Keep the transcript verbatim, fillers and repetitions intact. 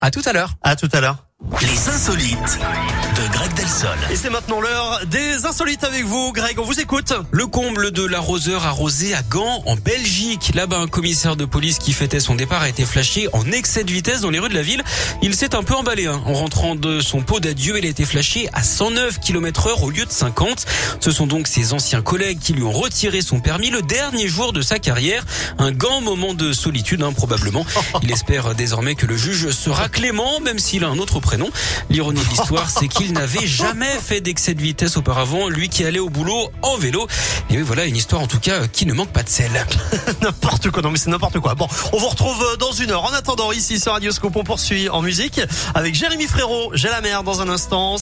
À tout à l'heure. À tout à l'heure. Les insolites de Greg Delsol. Et c'est maintenant l'heure des insolites avec vous, Greg, on vous écoute. Le comble de l'arroseur arrosé à Gand, en Belgique. Là-bas, un commissaire de police qui fêtait son départ a été flashé en excès de vitesse dans les rues de la ville. Il s'est un peu emballé, hein. En rentrant de son pot d'adieu, il a été flashé à cent neuf kilomètres heure au lieu de cinquante. Ce sont donc ses anciens collègues qui lui ont retiré son permis le dernier jour de sa carrière. Un grand moment de solitude, hein, probablement. Il espère désormais que le juge sera clément, même s'il a un autre prénom. L'ironie de l'histoire, c'est qu'il n'avait jamais fait d'excès de vitesse auparavant, lui qui allait au boulot en vélo. Et oui, voilà une histoire en tout cas qui ne manque pas de sel. N'importe quoi, non mais c'est n'importe quoi. Bon, on vous retrouve dans une heure. En attendant, ici sur Radioscope, on poursuit en musique avec Jérémy Frérot. J'ai la mer dans un instant.